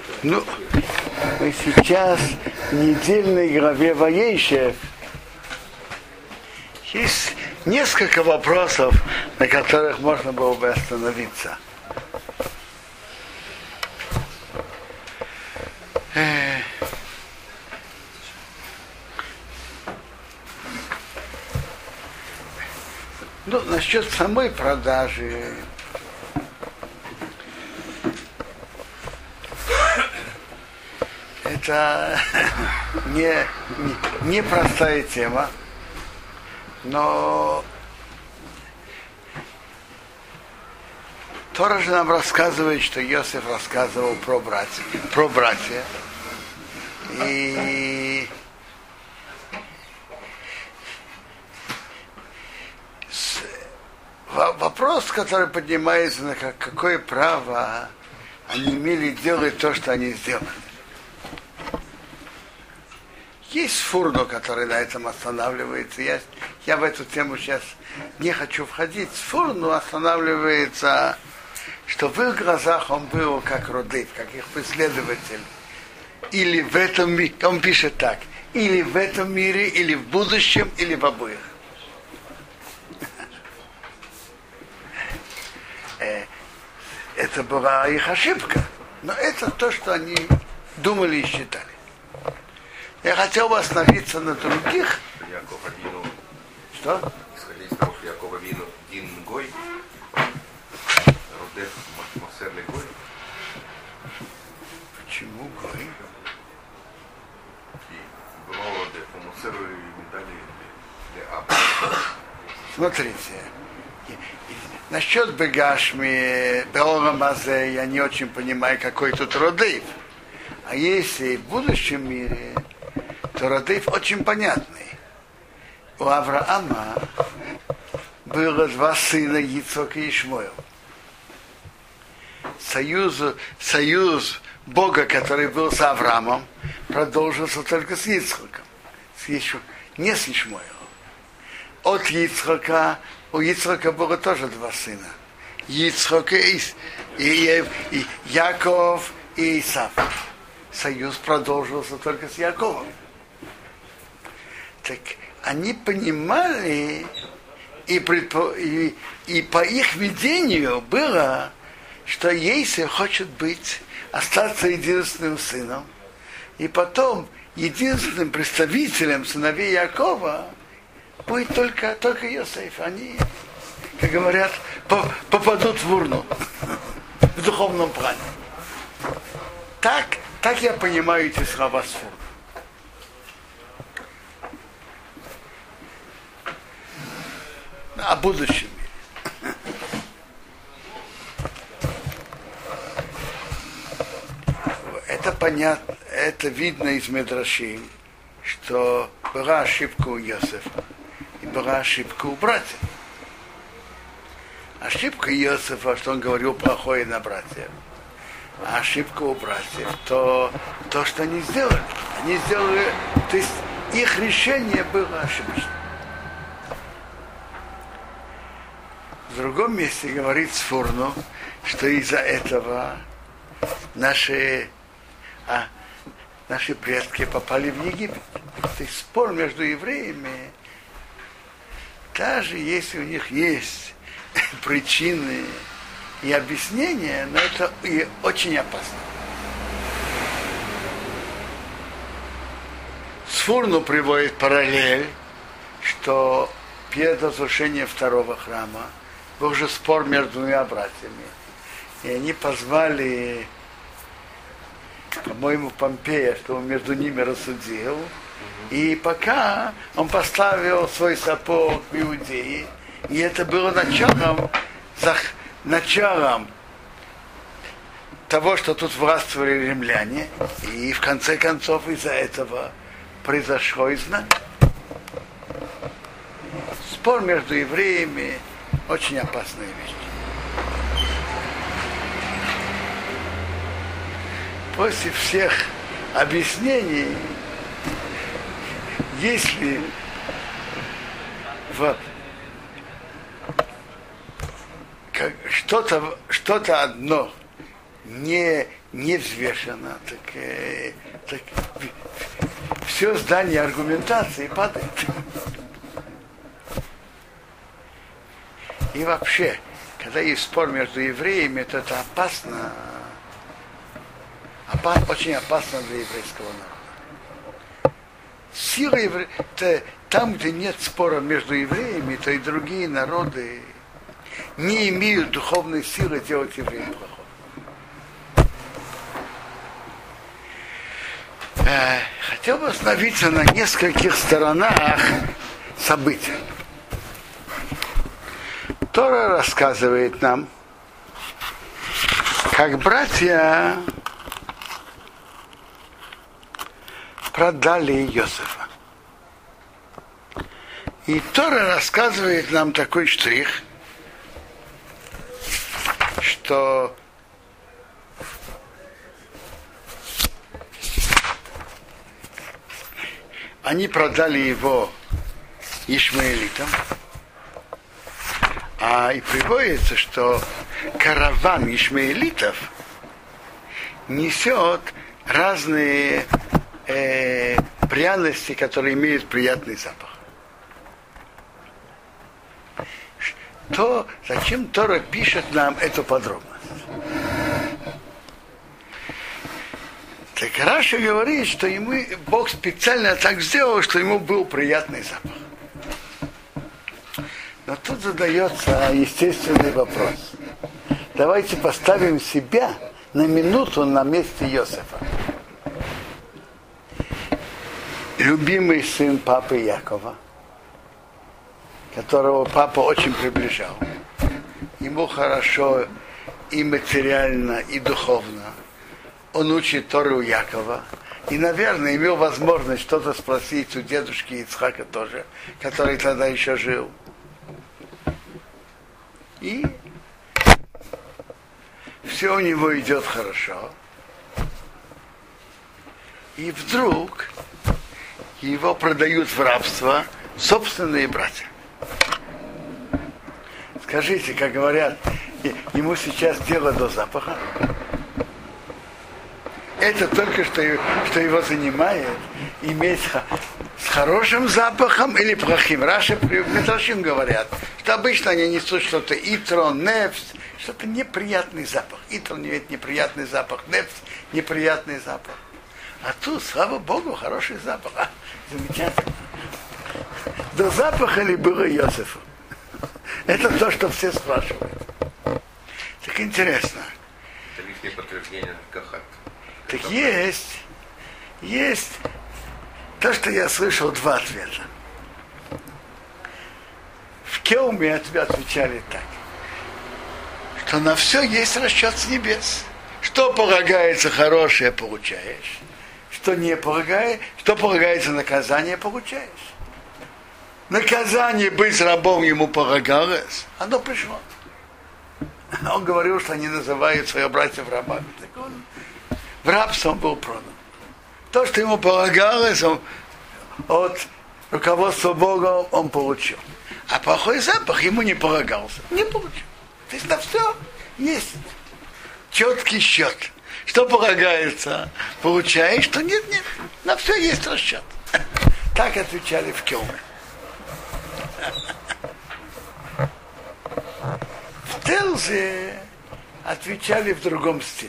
Ну, мы сейчас в недельной главе Ваейшев. Есть несколько вопросов, на которых можно было бы остановиться. Ну, насчет самой продажи. Это не простая тема, но Тора же нам рассказывает, что Йосеф рассказывал про братья. И вопрос, который поднимается, на какое право они имели делать то, что они сделали. Есть фурно, который на этом останавливается. Я в эту тему сейчас не хочу входить. Фурно останавливается, что в их глазах он был как Родыв, как их преследователь. Или в этом мире, он пишет так, или в этом мире, или в будущем, или в обоих. Это была их ошибка. Но это то, что они думали и считали. Я хотел бы остановиться на других. Что? Исходя из того, что Яков Авину Дин Гой, Родеф Мосер Гой. Почему Гой? Бывало Родеф Мосер медали для Аба. Смотрите. Насчет Бегашми, Беорамазе, я не очень понимаю, какой тут Родеф. А если в будущем мире, то Родеф очень понятный. У Авраама было два сына, Ицхак и Ишмаэл. Союз Бога, который был с Авраамом, продолжился только с Ицхаком. Не с Ишмаэлом. От Ицхака, у Ицхака было тоже два сына. Ицхак и Яков и Исав. Союз продолжился только с Яковом. Так они понимали, и по их видению было, что Йосеф хочет остаться единственным сыном, и потом единственным представителем сыновей Якова будет только Йосеф. Они, как говорят, попадут в урну в духовном плане. Так я понимаю эти слова с фуры. О будущем мире. Это понятно, это видно из Медрашим, что была ошибка у Йосефа и была ошибка у братьев. Ошибка Йосефа, что он говорил плохое на братьев. А ошибка у братьев, то, что они сделали. Они сделали, то есть их решение было ошибочным. В другом месте говорит Сфурну, что из-за этого наши предки попали в Египет. То есть спор между евреями, даже если у них есть причины и объяснения, но это и очень опасно. Сфурну приводит параллель, что перед разрушением второго храма был же спор между двумя братьями. И они позвали, по-моему, Помпея, что он между ними рассудил. И пока он поставил свой сапог в Иудее, и это было началом того, что тут властвовали римляне, и в конце концов из-за этого произошло изгнание. Спор между евреями очень опасная вещь. После всех объяснений, если что-то одно не взвешено, так все здание аргументации падает. И вообще, когда есть спор между евреями, то это опасно, очень опасно для еврейского народа. Сила там, где нет спора между евреями, то и другие народы не имеют духовной силы делать евреям плохо. Хотел бы остановиться на нескольких сторонах событий. Тора рассказывает нам, как братья продали Йосефа. И Тора рассказывает нам такой штрих, что они продали его ишмаэлитам, и приводится, что караван ишмаэлитов несет разные пряности, которые имеют приятный запах. Зачем Тора пишет нам эту подробность? Так Раши говорит, что Бог специально так сделал, что ему был приятный запах. Но тут задается естественный вопрос. Давайте поставим себя на минуту на месте Йосефа. Любимый сын папы Якова, которого папа очень приближал. Ему хорошо и материально, и духовно. Он учит Тору у Якова. И, наверное, имел возможность что-то спросить у дедушки Ицхака тоже, который тогда еще жил. И все у него идет хорошо. И вдруг его продают в рабство собственные братья. Скажите, как говорят, ему сейчас дело до запаха. Это только что его занимает, иметь с хорошим запахом или плохим. Раши Метрашим говорят, что обычно они несут что-то итрон, нефс, что-то неприятный запах. Итрон имеет неприятный запах, нефс неприятный запах. А тут, слава Богу, хороший запах. Замечательно. До запаха ли было Йосефу? Это то, что все спрашивают. Так интересно. Это лишнее подтверждение Кахат. Так есть то, что я слышал, два ответа. В Кеуме отвечали так, что на все есть расчет с небес. Что полагается хорошее, получаешь. Что полагается наказание, получаешь. Наказание быть рабом ему полагалось, оно пришло. Он говорил, что они называют своих братьев рабами. Так он в рабство он был продан. То, что ему полагалось, от руководства Бога он получил. А плохой запах ему не полагался. Не получил. То есть на все есть четкий счет. Что полагается, получаешь, что нет. На все есть расчет. Так отвечали в Кеуме. В Телзе отвечали в другом стиле.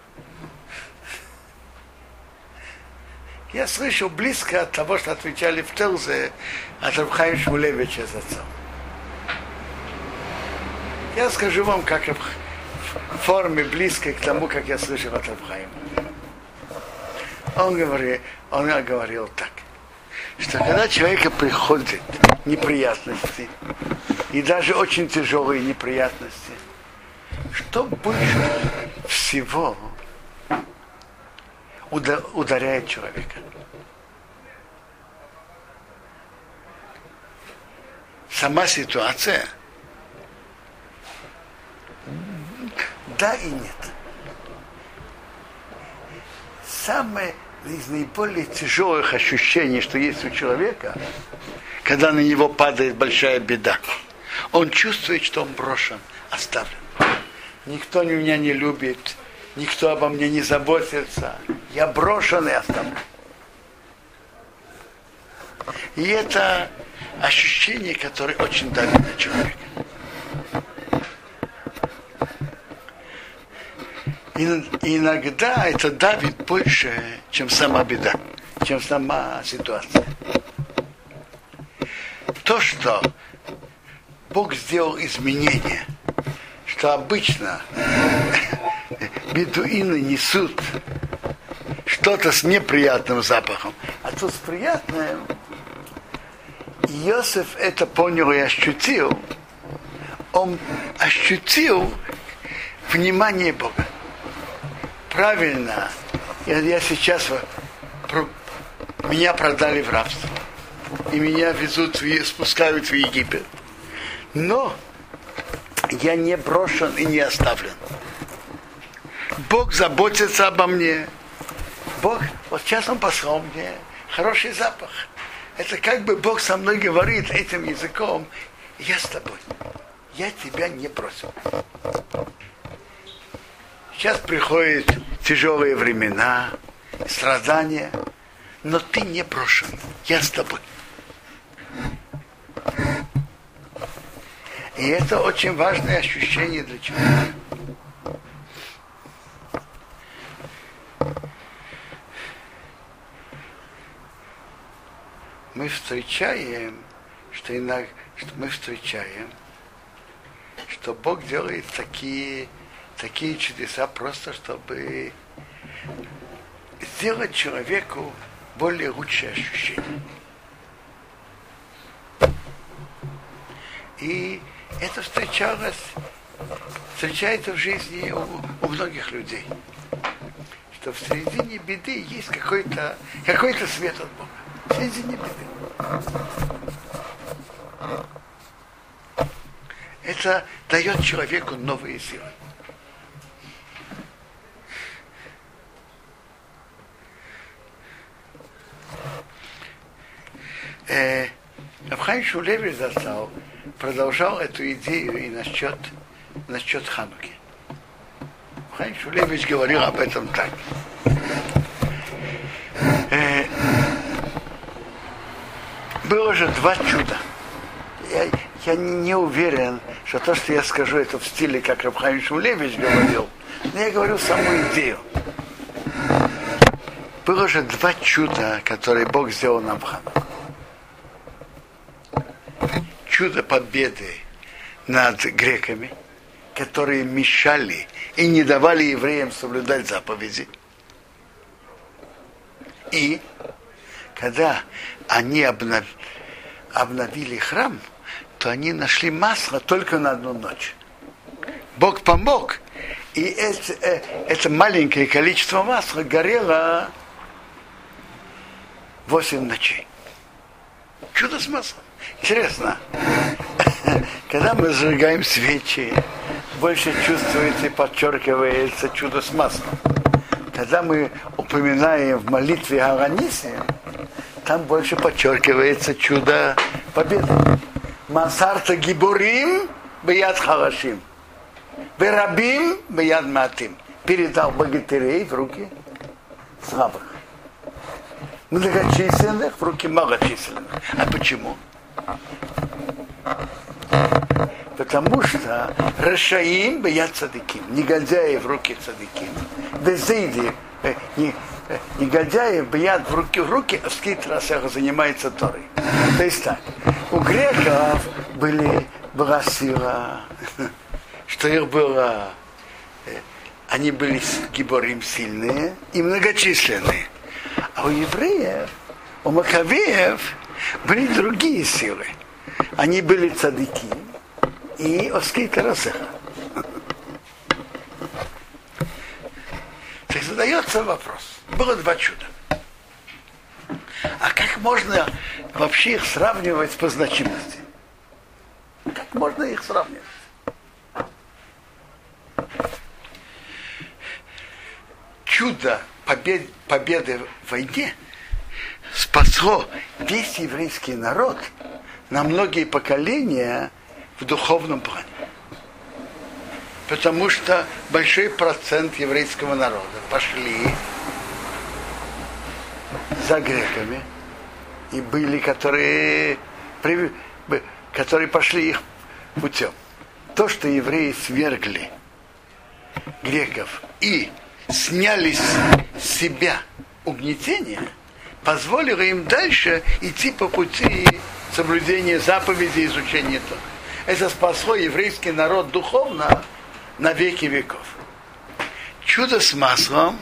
Я слышал близко от того, что отвечали в Телзе от Рав Шмулевича за отцом. Я скажу вам, как в форме близкой к тому, как я слышал от Рав. Он говорил так, что когда человеку приходят неприятности, и даже очень тяжелые неприятности, что больше всего ударяет человека? Сама ситуация? Да и нет. Самое из наиболее тяжелых ощущений, что есть у человека, когда на него падает большая беда. Он чувствует, что он брошен, оставлен. Никто меня не любит, никто обо мне не заботится, я брошен и оставлен. И это ощущение, которое очень давит на человека. И иногда это давит больше, чем сама беда, чем сама ситуация. То, что Бог сделал изменения, что обычно бедуины несут что-то с неприятным запахом, а тут с приятным. Иосиф это понял и ощутил. Он ощутил внимание Бога. Правильно, я сейчас меня продали в рабство, и меня везут, спускают в Египет. Но я не брошен и не оставлен. Бог заботится обо мне. Бог, вот сейчас Он послал мне хороший запах. Это как бы Бог со мной говорит этим языком: я с тобой, я тебя не бросил. Сейчас приходят тяжелые времена, страдания, но ты не брошен, я с тобой. И это очень важное ощущение для человека. Мы встречаем, что Бог делает такие чудеса просто, чтобы сделать человеку более лучшее ощущение. И это встречается в жизни у многих людей. Что в середине беды есть какой-то свет от Бога. В середине беды. Это дает человеку новые силы. Рав Хаим Шмулевич застал, продолжал эту идею и насчет Хануки. Рав Хаим Шмулевич говорил об этом так. Было же 2 чуда. Я не уверен, что то, что я скажу, это в стиле, как Рав Хаим Шмулевич говорил, но я говорю саму идею. Было же 2 чуда, которые Бог сделал нам в Хануку. Чудо победы над греками, которые мешали и не давали евреям соблюдать заповеди. И когда они обновили храм, то они нашли масло только на 1 ночь. Бог помог, и это маленькое количество масла горело 8 ночей. Чудо с маслом. Интересно, когда мы зажигаем свечи, больше чувствуется и подчеркивается чудо с маслом. Когда мы упоминаем в молитве Аганисе, там больше подчеркивается чудо победы. Масарта гибурим бияд халашим, верабим бияд матим. Передал богатырей в руки слабых, многочисленных в руки малочисленных. А почему? Потому что рашаим бияд цадиким, негодяи в руки цадиким, безыди, негодяи бияд в руки, скит расах занимается Торой. То есть так, у греков была сила, что их было, они были гиборим сильные и многочисленные. А у евреев, у Макавеев были другие силы. Они были цадики и оскей карасеха. Так задается вопрос. Было 2 чуда. А как можно вообще их сравнивать по значимости? Как можно их сравнивать? Чудо победы в войне спасло весь еврейский народ на многие поколения в духовном плане. потому что большой процент еврейского народа пошли за греками, и были, которые пошли их путем. То, что евреи свергли греков и сняли с себя угнетение, позволило им дальше идти по пути соблюдения заповедей и изучения Торы. Это спасло еврейский народ духовно на веки веков. Чудо с маслом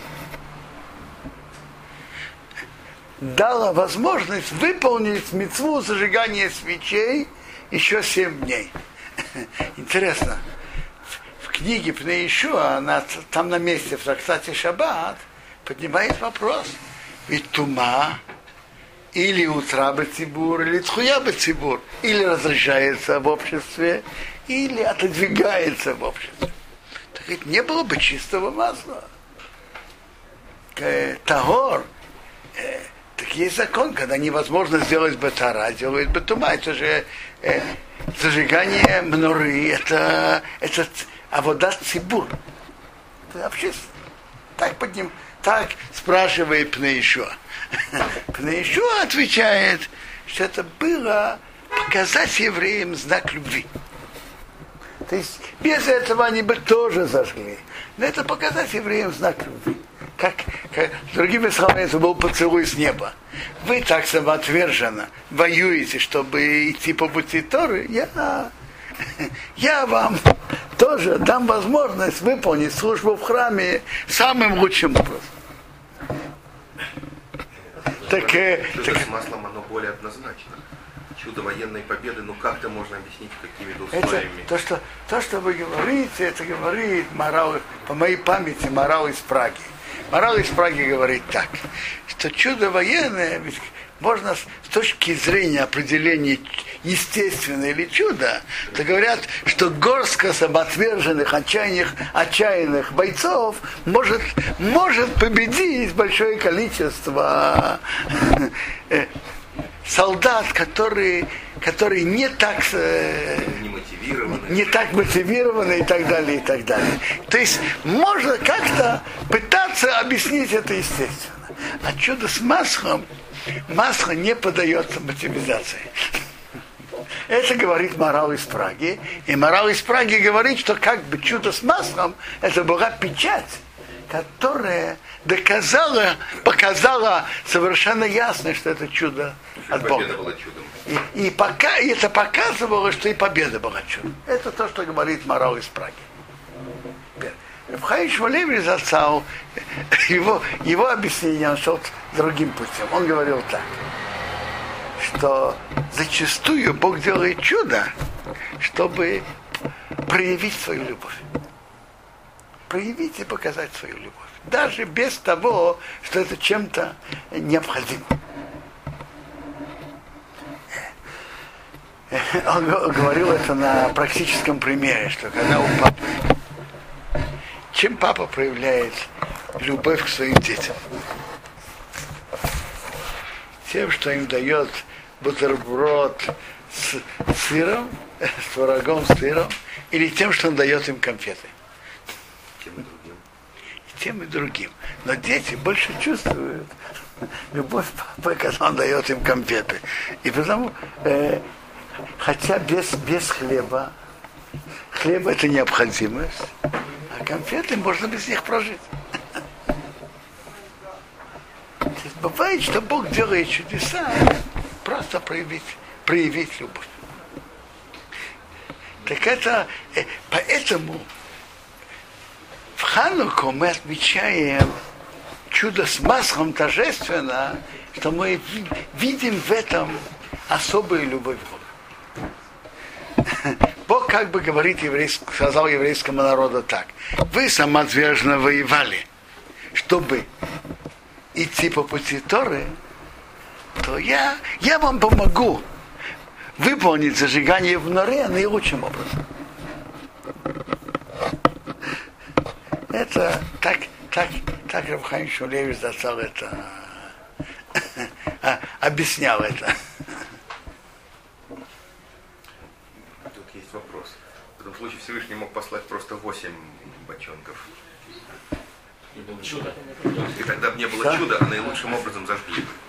дало возможность выполнить мицву зажигания свечей еще 7 дней. Интересно, в книге Пней Йешуа, она там на месте в трактате Шаббат поднимает вопрос. Ведь тума или утра бецибур, или тхуя бецибур, или разрешается в обществе, или отодвигается в обществе. Так ведь не было бы чистого масла. Тагор, так есть закон, когда невозможно сделать бетара, делают бетума. Это же зажигание мноры, это аводат цибур. Это общество. Так спрашивает Пней Йешуа. Пней Йешуа отвечает, что это было показать евреям знак любви. То есть без этого они бы тоже зажгли. Но это показать евреям знак любви. Как другими словами, это был поцелуй с неба. Вы так самоотверженно воюете, чтобы идти по пути Торы, я вам тоже дам возможность выполнить службу в храме самым лучшим образом. Чудо с маслом, оно более однозначно. Чудо военной победы, как-то можно объяснить какими-то условиями. То, что вы говорите, это говорит Морал, по моей памяти, Морал из Праги. Морал из Праги говорит так, что чудо военное, ведь можно с точки зрения определения естественное или чудо, то говорят, что горстка самоотверженных, отчаянных бойцов может победить большое количество солдат, которые не так мотивированы и так далее, и так далее. То есть можно как-то пытаться объяснить это естественно. А чудо с маслом, масло не поддается мотивизации. Это говорит Морал из Праги. И Морал из Праги говорит, что как бы чудо с маслом, это была печать, которая показала совершенно ясно, что это чудо от Бога. Победа была чудом. И это показывало, что и победа была чудом. Это то, что говорит Морал из Праги. Хаим Шмулевич зацал, его объяснение, он шел другим путем. Он говорил так, что зачастую Бог делает чудо, чтобы проявить свою любовь. Проявить и показать свою любовь. Даже без того, что это чем-то необходимо. Он говорил это на практическом примере, что когда у папы, чем папа проявляет любовь к своим детям? Тем, что им дает бутерброд с сыром, с творогом, с сыром, или тем, что он дает им конфеты. Тем и другим. Но дети больше чувствуют любовь папы, когда он дает им конфеты. И потому, хотя без хлеба, хлеб это необходимость, а конфеты можно без них прожить. Бывает, что Бог делает чудеса, просто проявить любовь. Так это, поэтому в Хануку мы отмечаем чудо с маслом торжественно, что мы видим в этом особую любовь Бога. Бог как бы говорит сказал еврейскому народу так: вы самоотверженно воевали, чтобы идти по пути Торы, то я вам помогу выполнить зажигание в норе наилучшим образом. Это так Рав Хаим Шмулевич зацал это объяснял это. Тут есть вопрос. В этом случае Всевышний мог послать просто 8 бочонков. И было чудо. И тогда бы не было чуда, а наилучшим образом зажгли бы.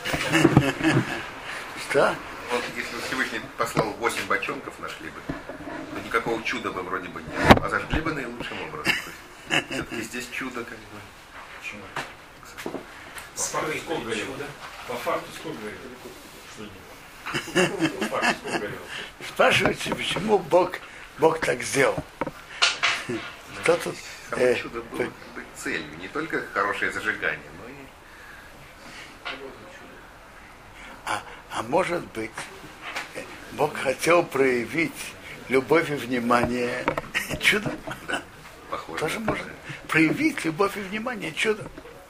Что? Вот если бы Всевышний послал 8 бочонков, нашли бы, то никакого чуда бы вроде бы не было. А зажгли бы наилучшим образом. Все-таки здесь чудо как бы. Почему? По факту сколько горело? По факту сколько горело? Что нет? По факту сколько горело? Спрашивайте, почему Бог так сделал? Что тут? Само чудо было как бы целью. Не только хорошее зажигание, но и... А может быть, Бог хотел проявить любовь и внимание чудом? Да, похоже. Тоже можно проявить любовь и внимание чудом.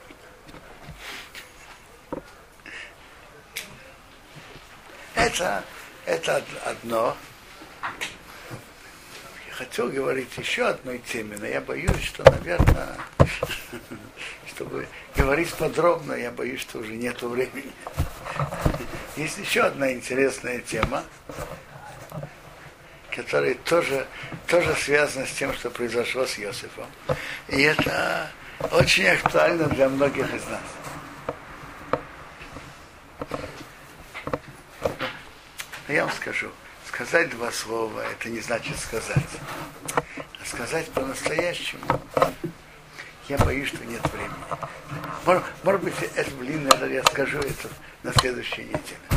Это одно. Я хотел говорить еще одной теме, но я боюсь, что, наверное, чтобы говорить подробно, я боюсь, что уже нет времени. Есть еще одна интересная тема, которая тоже связана с тем, что произошло с Иосифом. И это очень актуально для многих из нас. Я вам скажу, сказать 2 слова, это не значит сказать. А сказать по-настоящему, я боюсь, что нет времени. Может быть, это длинно, я скажу это на следующей неделе.